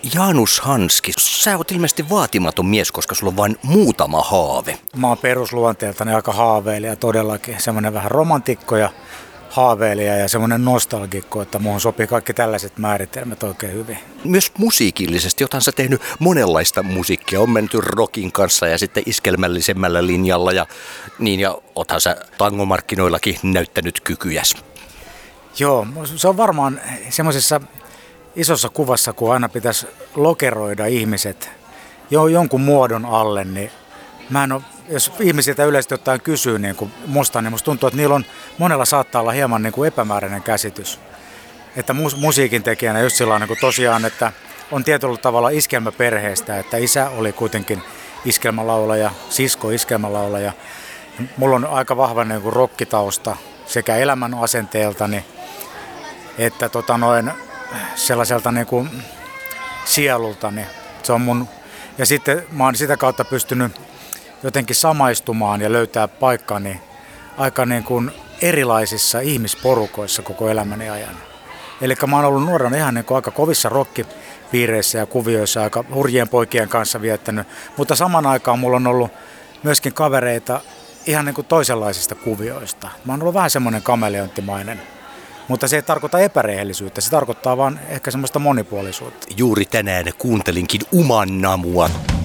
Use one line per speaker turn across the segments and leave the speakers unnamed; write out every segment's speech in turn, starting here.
Janus Hanski, sä oot ilmeisesti vaatimaton mies, koska sulla on vain muutama haave.
Mä oon perusluonteeltani aika haaveilija todellakin. Semmoinen vähän romantikko ja haaveilija ja semmoinen nostalgikko, että muuhun sopii kaikki tällaiset määritelmät oikein hyvin.
Myös musiikillisesti, oothan sä tehnyt monenlaista musiikkia. On menty rockin kanssa ja sitten iskelmällisemmällä linjalla ja oothan sä tangomarkkinoillakin näyttänyt kykyjäs.
Joo, se on varmaan semmoisessa isossa kuvassa, kun aina pitäisi lokeroida ihmiset jonkun muodon alle, niin mä en ole, jos ihmisiltä yleisesti ottaen kysyy niin kuin musta, niin musta tuntuu, että niillä on, monella saattaa olla hieman niin kuin epämääräinen käsitys. Että musiikin tekijänä just sillä niin kuin tosiaan, että on tietyllä tavalla iskelmäperheestä, että isä oli kuitenkin iskelmälaulaja, sisko iskelmälaulaja. Mulla on aika vahva niin kuin rokkitausta sekä elämän asenteeltani että sellaiselta niin kuin sielultani. Se on mun, ja sitten mä oon sitä kautta pystynyt jotenkin samaistumaan ja löytää paikkani aika niin kuin erilaisissa ihmisporukoissa koko elämäni ajan. Eli mä oon ollut nuorena ihan niin kuin aika kovissa rokkipiireissä ja kuvioissa, aika hurjien poikien kanssa viettänyt, mutta saman aikaan mulla on ollut myöskin kavereita ihan niin kuin toisenlaisista kuvioista. Mä oon ollut vähän semmoinen kameleonttimainen. Mutta se ei tarkoita epärehellisyyttä, se tarkoittaa vaan ehkä semmoista monipuolisuutta.
Juuri tänään kuuntelinkin Umannamua.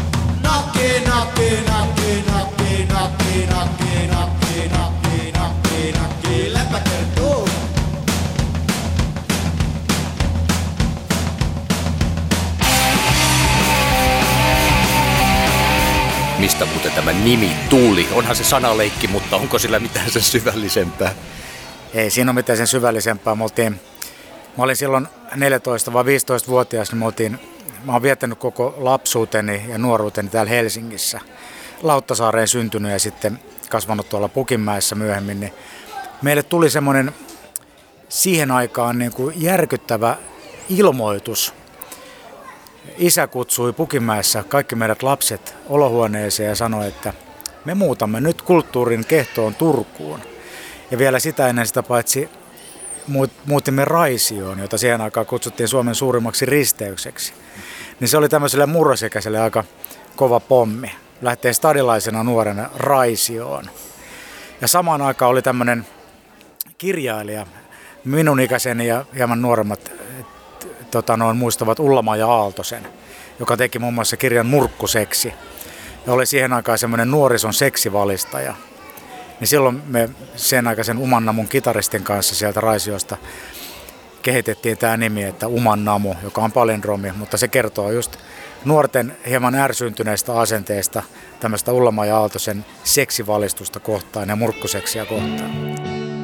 Mistä muuten tämä nimi tuli? Onhan se sanaleikki, mutta onko sillä mitään sen syvällisempää?
Ei siinä ole mitään sen syvällisempää. Mä olin silloin 14 vai 15-vuotias, niin mä oon viettänyt koko lapsuuteni ja nuoruuteni täällä Helsingissä. Lauttasaareen syntynyt ja sitten kasvanut tuolla Pukinmäessä myöhemmin. Niin meille tuli semmoinen siihen aikaan niin kuin järkyttävä ilmoitus. Isä kutsui Pukinmäessä kaikki meidät lapset olohuoneeseen ja sanoi, että me muutamme nyt kulttuurin kehtoon Turkuun. Ja vielä sitä ennen sitä paitsi muutimme Raisioon, jota siihen aikaan kutsuttiin Suomen suurimmaksi risteykseksi. Niin se oli tämmöiselle murrosikäiselle aika kova pommi. Lähtee stadilaisena nuorena Raisioon. Ja samaan aikaan oli tämmöinen kirjailija, minun ikäiseni ja hieman nuoremmat muistavat Ulla-Maija Aaltosen, joka teki muun muassa kirjan Murkkuseksi. Ja oli siihen aikaan semmoinen nuorison seksivalistaja. Niin silloin me sen aikaisen Umannamun kitaristin kanssa sieltä Raisiosta kehitettiin tämä nimi, että Umannamu, joka on palindromi, mutta se kertoo just nuorten hieman ärsyntyneistä asenteista tämmöistä Ulla-Maija Aaltosen seksivalistusta kohtaan ja murkkuseksiä kohtaan.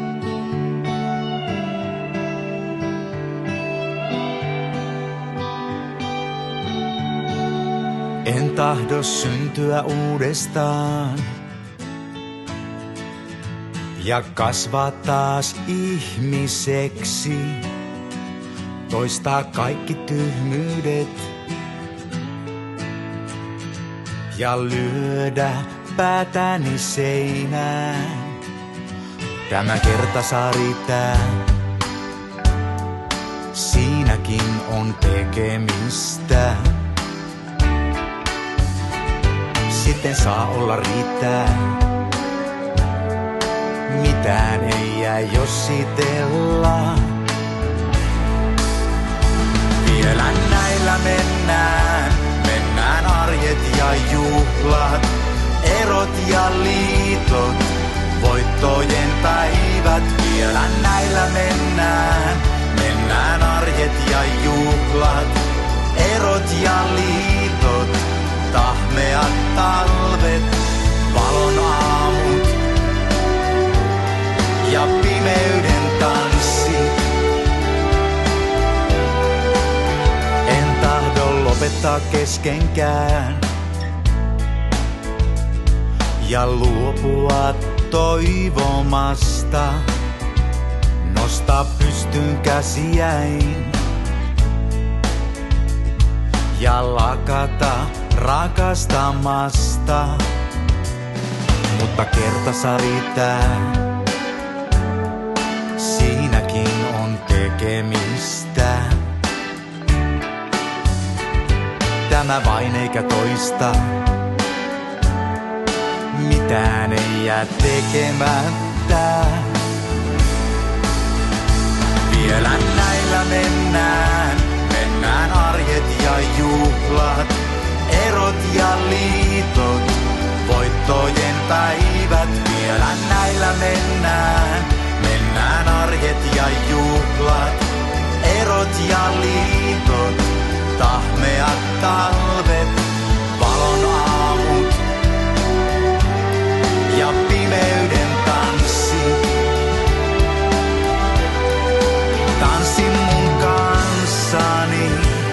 En tahdo syntyä uudestaan ja kasvaa taas ihmiseksi, toistaa kaikki tyhmyydet ja lyödä päätäni seinään. Tämä kerta saa riittää, siinäkin on tekemistä. Sitten saa olla riittää. Mitään ei jää jossitella. Vielä näillä mennään arjet ja juhlat, erot ja liitot, voittojen päivät. Vielä näillä mennään arjet ja juhlat, erot ja liitot, tahmeat talvet, valon aamut ja pimeyden tanssi. En tahdo lopettaa keskenkään ja luopua toivomasta. Nostaa pystyyn käsiäin ja lakata rakastamasta. Mutta kerta saa riittää, siinäkin on tekemistä. elämä vain eikä toista. Mitään ei jää tekemättä. Vielä näillä mennään arjet ja juhlat, erot ja liitot, voittojen päivät. Vielä näillä mennään arjet ja juhlat, erot ja liitot, tahmeat talvet, valon aamut ja pimeyden tanssi. Tanssi mun kanssani,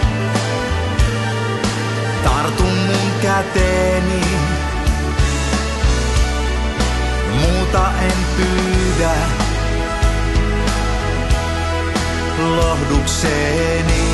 tartu mun käteeni. Muuta en pyydä lohdukseni.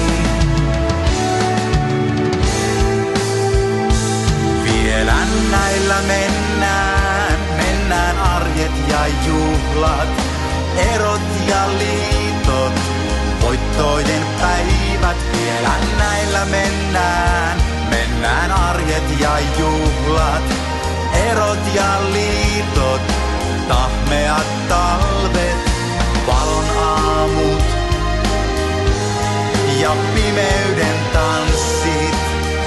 Vielä näillä mennään arjet ja juhlat, erot ja liitot, voittojen päivät. Vielä näillä mennään arjet ja juhlat, erot ja liitot, tahmeat talvet, valon aamut ja pimeyden tanssit.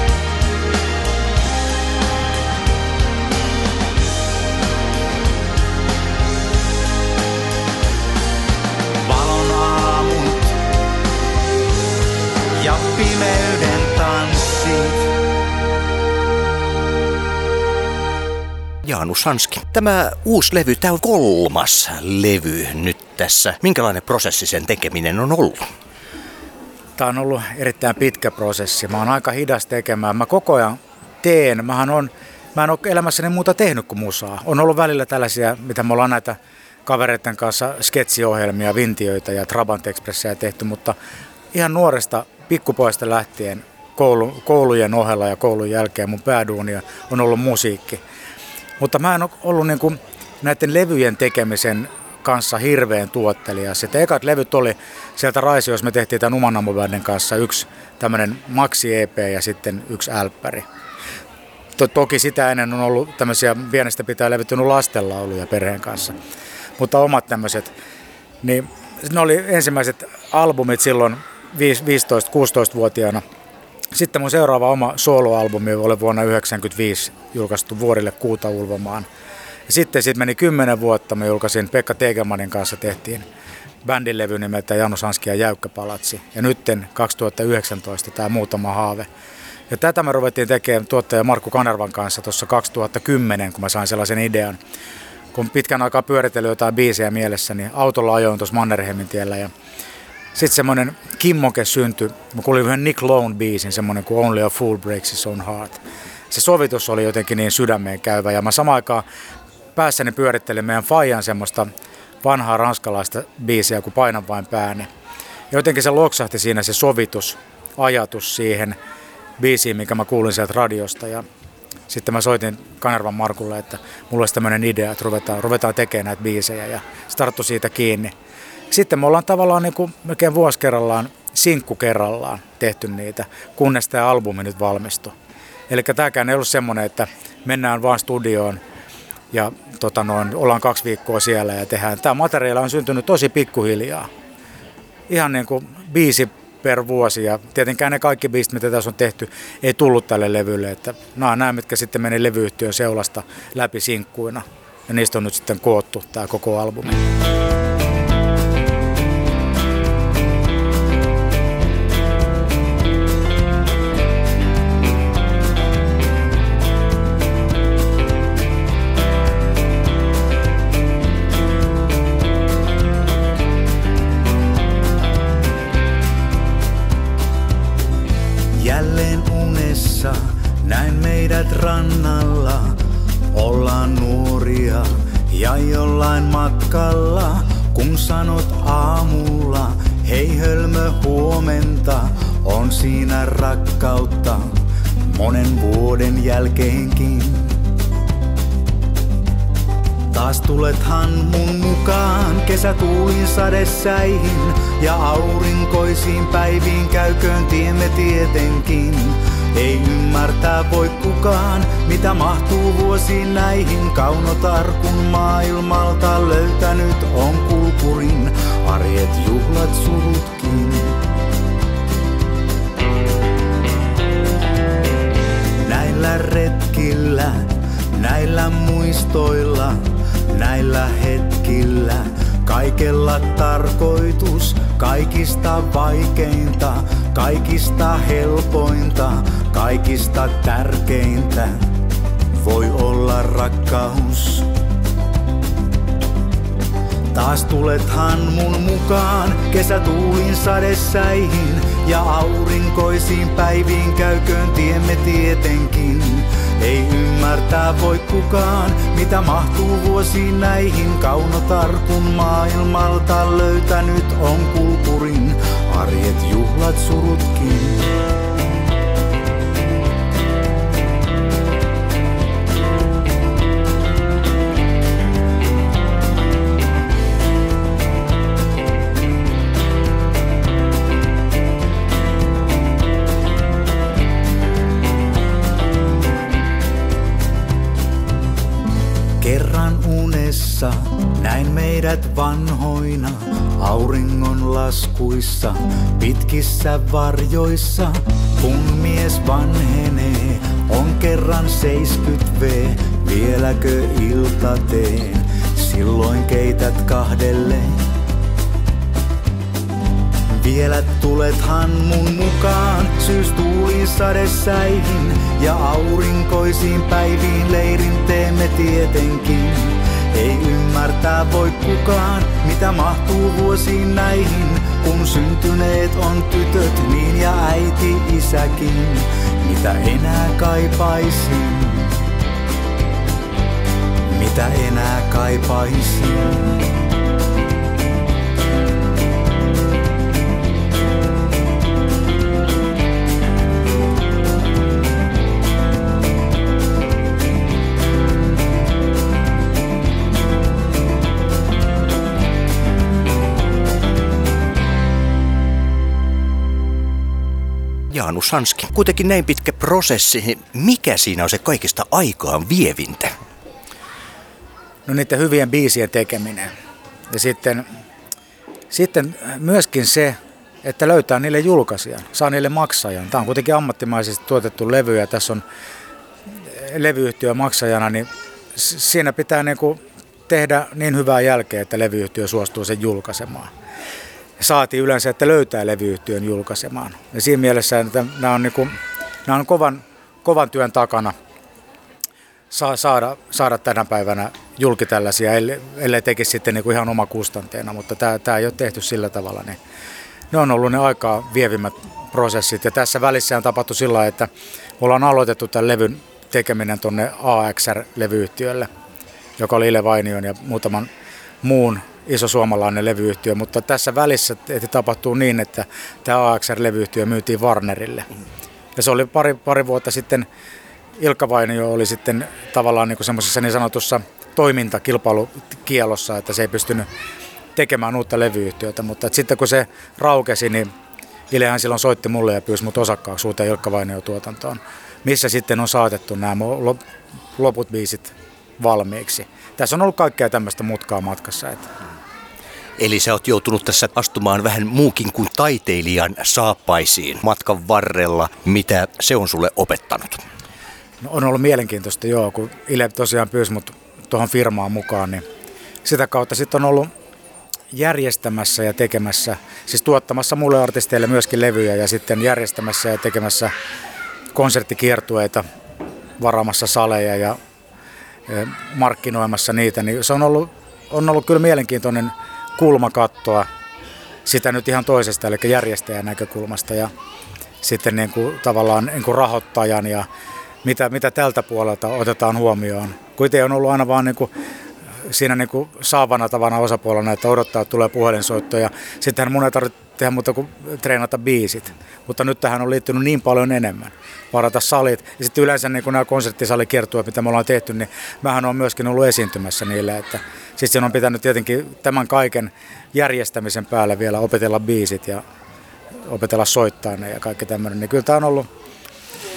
Valon aamut ja pimeyden tanssit.
Jaanus Hanski. Tämä uusi levy, tämä on 3. levy nyt tässä. Minkälainen prosessi sen tekeminen on ollut?
Tämä on ollut erittäin pitkä prosessi. Mä oon aika hidas tekemään. Mä koko ajan teen. Mä en ole elämässäni muuta tehnyt kuin musaa. On ollut välillä tällaisia, mitä me ollaan näitä kavereiden kanssa sketsiohjelmia, Vintiöitä ja Trabant Expressia tehty, mutta ihan nuoresta pikkupoista lähtien koulujen ohella ja koulun jälkeen mun pääduunia on ollut musiikki. Mutta mä en ole ollut niin kuin näiden levyjen tekemisen kanssa hirveän tuottelias. Että ekat levyt oli sieltä Raisiossa, me tehtiin tämän Umanammo Bandin kanssa yksi tämmöinen maxi-EP ja sitten yksi älppäri. Toki sitä ennen on ollut tämmöisiä pienestä pitää levyttynyt lastenlauluja perheen kanssa. Mutta omat tämmöiset, niin ne oli ensimmäiset albumit silloin 15-16-vuotiaana. Sitten mun seuraava oma soloalbumi oli vuonna 1995 julkaistu Vuorille kuuta ulvomaan. Ja sitten meni 10 vuotta, mä julkaisin Pekka Tegelmanin kanssa, tehtiin bändin levy nimeltä Jaanus Hanski ja Jäykkä palatsi. Ja nytten 2019 tämä Muutama haave. Ja tätä me ruvettiin tekemään tuottaja Markku Kanervan kanssa tuossa 2010, kun mä sain sellaisen idean. Kun pitkän aikaa pyöritellyt jotain biisejä mielessä, niin autolla ajoin tuossa Mannerheimin tiellä ja sitten semmoinen kimmoke syntyi. Mä kuulin yhden Nick Lone-biisin, semmoinen kuin Only a Fool Breaks His Own Heart. Se sovitus oli jotenkin niin sydämeen käyvä ja mä samaan aikaan päässäni pyörittelin meidän Fajan semmoista vanhaa ranskalaista biisiä kuin Painan vain pääni. Ja jotenkin se loksahti siinä se sovitus, ajatus siihen biisiin, mikä mä kuulin sieltä radiosta. Ja sitten mä soitin Kanervan Markulle, että mulla olisi tämmöinen idea, että ruvetaan tekemään näitä biisejä ja se tarttui siitä kiinni. Sitten me ollaan tavallaan niin kuin melkein vuosi kerrallaan, sinkku kerrallaan tehty niitä, kunnes tämä albumi nyt valmistui. Eli tämäkään ei ollut semmoinen, että mennään vaan studioon ja ollaan 2 viikkoa siellä ja tehdään. Tämä materiaali on syntynyt tosi pikkuhiljaa. Ihan niin kuin biisi per vuosi ja tietenkään ne kaikki biisit, mitä tässä on tehty, ei tullut tälle levylle. Että nämä, mitkä sitten meni levyyhtiön seulasta läpi sinkkuina ja niistä on nyt sitten koottu tämä koko albumi.
Jälleen unessa näin meidät rannalla, ollaan nuoria ja jollain matkalla. Kun sanot aamulla, hei hölmö huomenta, on siinä rakkautta monen vuoden jälkeenkin. Taas tulethan mun mukaan kesätuulin sadesäihin ja aurinkoisiin päiviin käyköön tiemme tietenkin. Ei ymmärtää voi kukaan, mitä mahtuu vuosiin näihin. Kaunotarkun maailmalta löytänyt on kulkurin, arjet, juhlat, surutkin. Näillä retkillä, näillä muistoilla, näillä hetkillä, kaikella tarkoitus, kaikista vaikeinta, kaikista helpointa, kaikista tärkeintä voi olla rakkaus. Taas tulethan mun mukaan kesätuulin sadesäihin ja aurinkoisiin päiviin käyköön tiemme tietenkin. Ei ymmärtää voi kukaan, mitä mahtuu vuosiin näihin. Kaunotarkun maailmalta löytänyt on kulkurin, arjet, juhlat, surutkin. Kerran unessa näin meidät vanhoina, auringon laskuissa, pitkissä varjoissa. Kun mies vanhenee, on kerran 70 V, vieläkö ilta teen, silloin keität kahdelleen. Vielä tulethan mun mukaan syystuulin sadesäihin ja aurinkoisiin päiviin leirin teemme tietenkin. Ei ymmärtää voi kukaan, mitä mahtuu vuosiin näihin, kun syntyneet on tytöt, niin ja äiti, isäkin, mitä enää kaipaisin, mitä enää kaipaisin.
Jaanus Hanski, kuitenkin näin pitkä prosessi. Mikä siinä on se kaikista aikaan vievintä?
No niiden hyvien biisien tekeminen. Ja sitten myöskin se, että löytää niille julkaisijan, saa niille maksajan. Tämä on kuitenkin ammattimaisesti tuotettu levy ja tässä on levyyhtiö maksajana, niin siinä pitää tehdä niin hyvää jälkeä, että levyyhtiö suostuu sen julkaisemaan. Saatiin yleensä, että löytää levyyhtiön julkaisemaan. Ja siinä mielessä että nämä on kovan työn takana saada tänä päivänä julki tällaisia, ellei tekisi sitten ihan omakustanteena, mutta tämä ei ole tehty sillä tavalla. Niin ne on ollut ne aikaa vievimmät prosessit ja tässä välissä on tapahtu sillä lailla, että ollaan aloitettu tämän levyn tekeminen tuonne AXR-levyyhtiölle, joka oli Ile Vainion ja muutaman muun iso suomalainen levyyhtiö, mutta tässä välissä tapahtuu niin, että tämä AXR-levyyhtiö myytiin Warnerille. Ja se oli pari vuotta sitten, Ilkka Vainio oli sitten tavallaan semmoisessa niin sanotussa toimintakilpailukielossa, että se ei pystynyt tekemään uutta levyyhtiötä, mutta sitten kun se raukesi, niin Ilehän silloin soitti mulle ja pyysi mut osakkaaksi uuteen Ilkka Vainio-tuotantoon, missä sitten on saatettu nämä loput biisit valmiiksi. Tässä on ollut kaikkea tämmöistä mutkaa matkassa.
Eli sä oot joutunut tässä astumaan vähän muukin kuin taiteilijan saappaisiin matkan varrella. Mitä se on sulle opettanut?
No, on ollut mielenkiintoista, joo, kun Ile tosiaan pyysi mut tuohon firmaan mukaan, niin sitä kautta sitten on ollut järjestämässä ja tekemässä, siis tuottamassa mulle artisteille myöskin levyjä ja sitten järjestämässä ja tekemässä konserttikiertueita, varaamassa saleja ja markkinoimassa niitä, niin se on ollut kyllä mielenkiintoinen kulma katsoa sitä nyt ihan toisesta, eli järjestäjän näkökulmasta ja sitten tavallaan rahoittajan ja mitä tältä puolelta otetaan huomioon. Kuitenkin on ollut aina vaan siinä saavana tavana osapuolena, että odottaa, että tulee puhelinsoitto ja sittenhän mun ei tarvitse tehdä muuta kuin treenata biisit. Mutta nyt tähän on liittynyt niin paljon enemmän. Varata salit ja sitten yleensä nämä konserttisalikiertueet, mitä me ollaan tehty, niin mähän on myöskin ollut esiintymässä niille. Että sitten siinä on pitänyt tietenkin tämän kaiken järjestämisen päälle vielä opetella biisit ja opetella soittaa ne ja kaikki tämmöinen. Niin kyllä tämä on ollut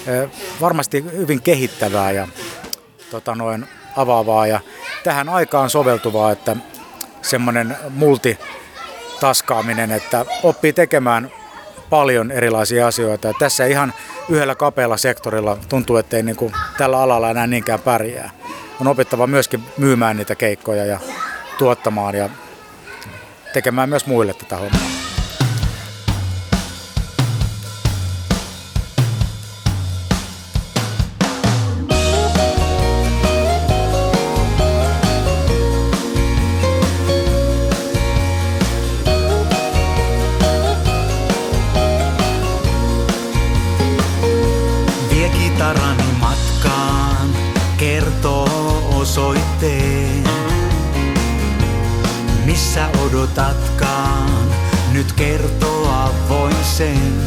varmasti hyvin kehittävää ja avaavaa ja tähän aikaan soveltuvaa, että semmoinen multitaskaaminen, että oppii tekemään paljon erilaisia asioita. Tässä ihan yhdellä kapealla sektorilla tuntuu, ettei niin kuin tällä alalla enää niinkään pärjää. On opittava myöskin myymään niitä keikkoja ja tuottamaan ja tekemään myös muille tätä hommaa.
Kitarani matkaan kertoo osoitteen. Missä odotatkaan, nyt kertoa voin sen.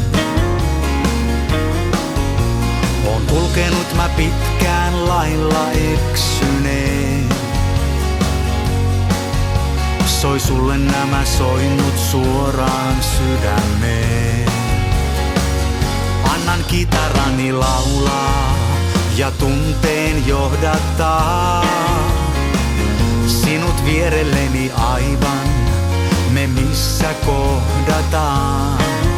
On kulkenut mä pitkään lailla eksyneen. Soi sulle nämä soinnut suoraan sydämeen. Annan kitarani laulaa ja tunteen johdattaa. Sinut vierelleni aivan, me missä kohdataan.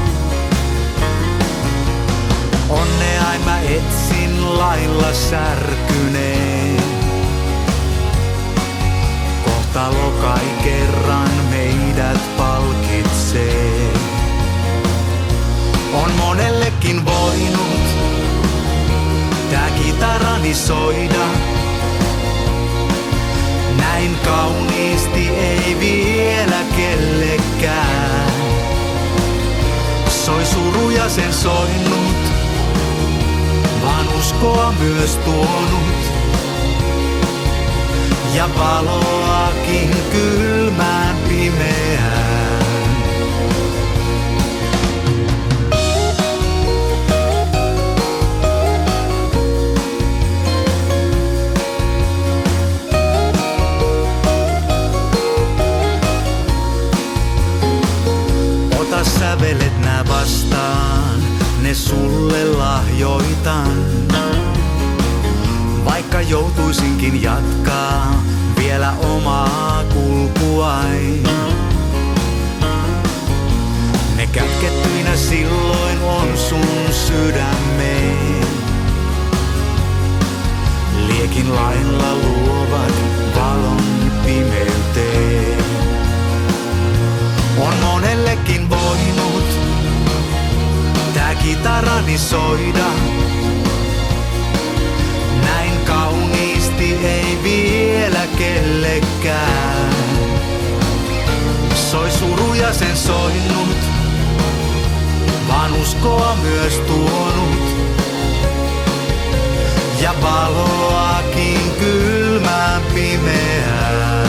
Onnea mä etsin lailla särkyneen. Kohtalo kai kerran meidät palkitsee. On monellekin voinut tää kitarani soida. Näin kauniisti ei vielä kellekään. Soi suruja sen soinut, vaan uskoa myös tuonut. Ja valoakin kylmään pimeään. Sävelet nää vastaan, ne sulle lahjoitan. Vaikka joutuisinkin jatkaa vielä omaa kulkuain. Ne kätkettyinä silloin on sun sydämeen. Liekin lailla luovat valon pimeyteen. On monellekin voinut tää kitarani soida. Näin kauniisti ei vielä kellekään. Soi suruja sen soinut, vaan uskoa myös tuonut. Ja valoakin kylmään pimeään.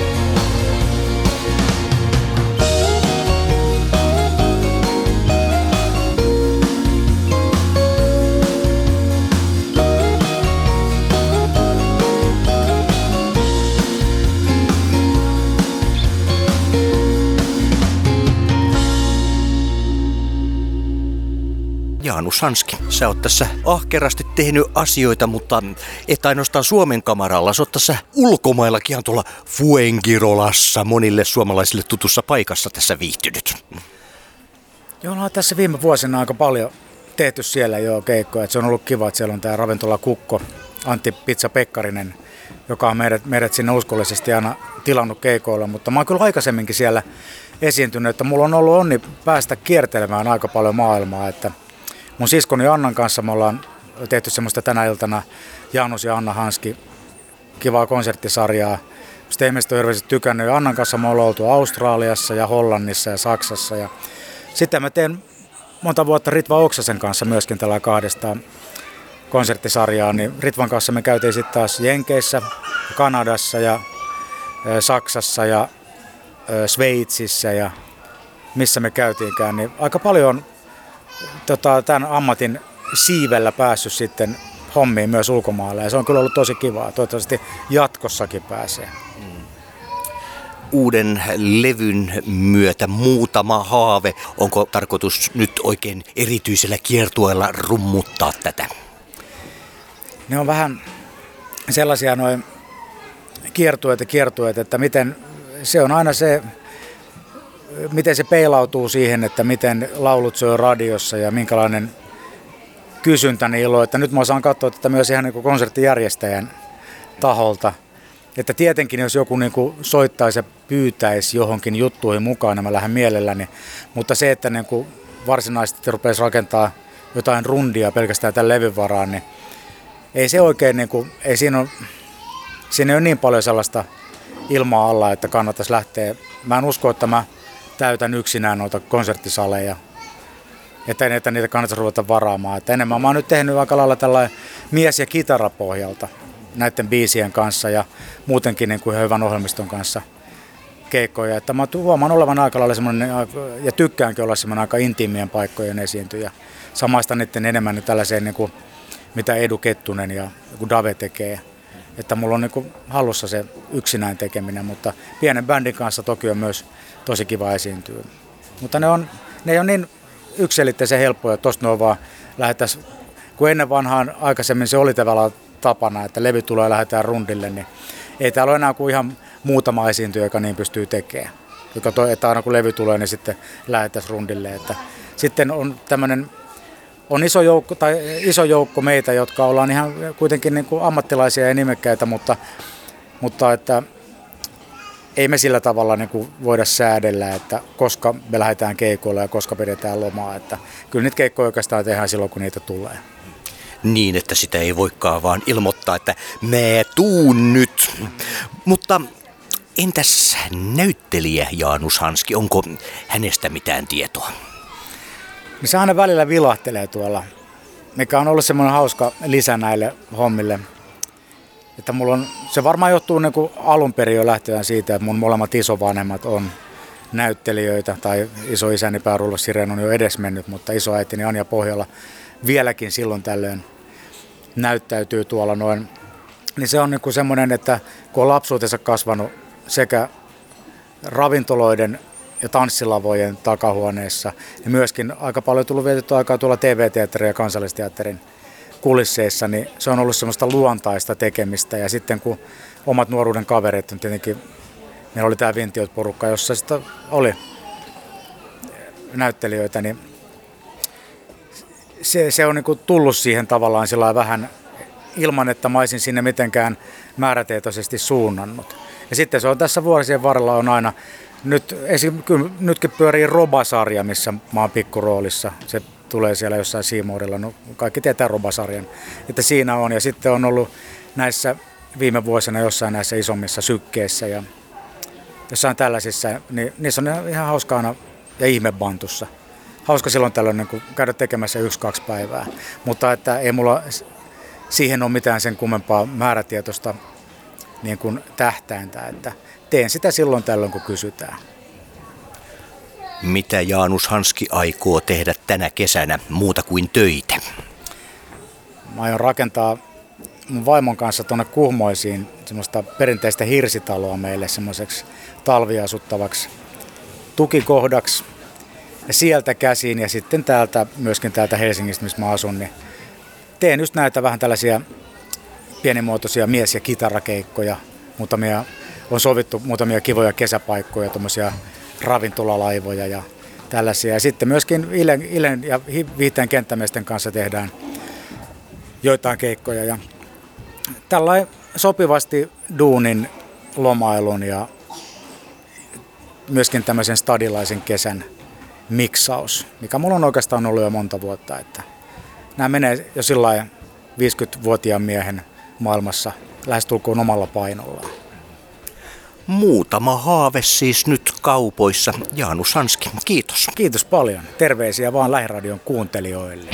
Jaanus Hanski, sä oot tässä ahkerasti tehnyt asioita, mutta et ainoastaan Suomen kamaralla. Sä oot tässä ulkomaillakin ihan tuolla Fuengirolassa, monille suomalaisille tutussa paikassa tässä viihtynyt.
Joo, no tässä viime vuosina aika paljon tehty siellä jo keikkoja. Se on ollut kiva, että siellä on tää ravintola Kukko, Antti Pizza Pekkarinen, joka on meidät sinne uskollisesti aina tilannut keikoilla. Mutta mä oon kyllä aikaisemminkin siellä esiintynyt, että mulla on ollut onni päästä kiertelemään aika paljon maailmaa, että mun siskoni Annan kanssa me ollaan tehty semmoista tänä iltana Jaanus ja Anna Hanski kivaa konserttisarjaa. Sitten ihmiset on hirveästi tykännyt. Ja Annan kanssa me ollaan oltu Australiassa ja Hollannissa ja Saksassa. Ja sitten mä teen monta vuotta Ritva Oksasen kanssa myöskin tällä kahdestaan konserttisarjaa. Niin Ritvan kanssa me käytiin sitten taas Jenkeissä, Kanadassa ja Saksassa ja Sveitsissä ja missä me käytiinkään. Niin aika paljon on tämän ammatin siivellä päässyt sitten hommiin myös ulkomailla ja se on kyllä ollut tosi kivaa. Toivottavasti jatkossakin pääsee.
uuden levyn myötä Muutama haave. Onko tarkoitus nyt oikein erityisellä kiertueella rummuttaa tätä?
Ne on vähän sellaisia noin kiertueet, että miten se on aina se, miten se peilautuu siihen, että miten laulut soi radiossa ja minkälainen kysyntä niillä on. Että nyt mä osaan katsoa tätä myös ihan niin kuin konserttijärjestäjän taholta. Että tietenkin jos joku niin kuin soittaisi ja pyytäisi johonkin juttuihin mukaan, mä lähden mielelläni. Mutta se, että niin kuin varsinaisesti rupeaisi rakentaa jotain rundia pelkästään tämän levyn varaan, niin ei se oikein, niin kuin, siinä ei ole niin paljon sellaista ilmaa alla, että kannattaisi lähteä. Mä en usko, että mä täytän yksinään noita konserttisaleja, että niitä kannattaisi ruveta varaamaan. Että enemmän mä oon nyt tehnyt aika lailla tällainen mies- ja kitarapohjalta näiden biisien kanssa ja muutenkin niin kuin hyvän ohjelmiston kanssa keikkoja. Että mä huomaan olevan aika lailla semmoinen, ja tykkäänkin olla semmoinen aika intiimien paikkojen esiintyjä. Samaista niiden enemmän niin tällaiseen, niin kuin, mitä Edu Kettunen ja Dave tekee. Että mulla on niin kuin hallussa se yksinään tekeminen, mutta pienen bändin kanssa toki on myös tosi kiva esiintyä. Mutta ne ei ole niin yksiselitteisen helppoja, että tosta ne on vaan lähdettäisiin, kun ennen vanhaan aikaisemmin se oli tavallaan tapana, että levy tulee ja lähdetään rundille, niin ei täällä ole enää kuin ihan muutama esiintyjä, joka niin pystyy tekemään. Että aina kun levy tulee, niin sitten lähdetään rundille. Että sitten on tämmöinen, on iso joukko meitä, jotka ollaan ihan kuitenkin niin kuin ammattilaisia ja nimekkäitä, mutta että ei me sillä tavalla niin kuin voida säädellä, että koska me lähdetään keikoille ja koska pidetään lomaa. Että kyllä niitä keikkoja oikeastaan tehdään silloin, kun niitä tulee.
Niin, että sitä ei voikaan vaan ilmoittaa, että mä tuun nyt. Mutta entäs näyttelijä Jaanus Hanski, onko hänestä mitään tietoa?
Se aina välillä vilahtelee tuolla, mikä on ollut semmoinen hauska lisä näille hommille. Että se varmaan johtuu niin kuin alun perin jo lähtien siitä, että mun molemmat isovanhemmat on näyttelijöitä, tai isoisäni Päärulva Siren on jo edesmennyt, mutta isoäitini Anja Pohjola vieläkin silloin tällöin näyttäytyy tuolla noin. Niin se on niin kuin semmoinen, että kun on lapsuutensa kasvanut sekä ravintoloiden ja tanssilavojen takahuoneessa, niin myöskin aika paljon tullut vietetty aikaa tuolla TV-teatterin ja Kansallisteatterin kulisseissa, niin se on ollut semmoista luontaista tekemistä. Ja sitten kun omat nuoruuden kaverit on tietenkin, meillä oli tämä Vintiöt-porukka, jossa sitten oli näyttelijöitä, niin se on niinku tullut siihen tavallaan sillä vähän ilman, että mä olisin sinne mitenkään määrätietoisesti suunnannut. Ja sitten se on tässä vuosien varrella on aina, nytkin pyörii Roba-sarja, missä mä oon pikkuroolissa. Se tulee siellä jossain Siimoorilla, no kaikki tietää Roba-sarjan, että siinä on. Ja sitten on ollut näissä viime vuosina jossain näissä isommissa sykkeissä ja jossain tällaisissa, niin niissä on ihan hauskaana ja ihmebantussa. Hauska silloin tällöin niin käydä tekemässä 1-2 päivää, mutta että ei mulla siihen ole mitään sen kummempaa määrätietoista niin kuin tähtäintä, että teen sitä silloin tällöin, kun kysytään.
Mitä Jaanus Hanski aikoo tehdä tänä kesänä muuta kuin töitä?
Mä aion rakentaa mun vaimon kanssa tuonne Kuhmoisiin semmoista perinteistä hirsitaloa meille semmoiseksi talviasuttavaksi tukikohdaksi. Ja sieltä käsiin ja sitten myöskin täältä Helsingistä, missä mä asun, niin teen just näitä vähän tällaisia pienimuotoisia mies- ja kitarakeikkoja. On sovittu muutamia kivoja kesäpaikkoja, tuommoisia ravintolalaivoja ja tällaisia. Ja sitten myöskin Ilen ja Viihteen kenttämiesten kanssa tehdään joitain keikkoja. Ja tällainen sopivasti duunin, lomailun ja myöskin tämmöisen stadilaisen kesän miksaus, mikä mulla on oikeastaan ollut jo monta vuotta. Että nämä menee jo sillain 50-vuotiaan miehen maailmassa lähestulkoon omalla painollaan.
Muutama haave siis nyt kaupoissa. Jaanus Hanski, kiitos.
Kiitos paljon. Terveisiä vaan Lähiradion kuuntelijoille.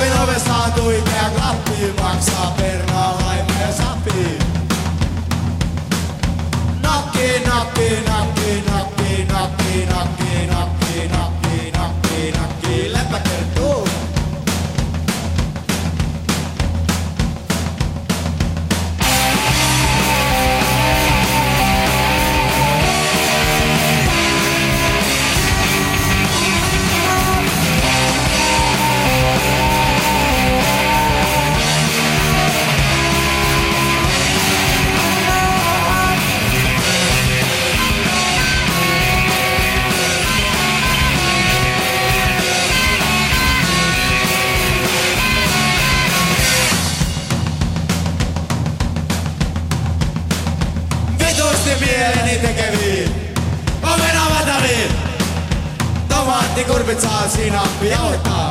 Ovin ovessa on tuikea klappi, maksaa perraa, laiva ja sapi. Nakki, nakki, nakki, nakki, nakki, nakki, nakki, nakki, nakki, nakki, leppä kertuu. Mieleni tekeviin, omena vätäviin. Tomaattikurpit saa sinappi ja ottaa.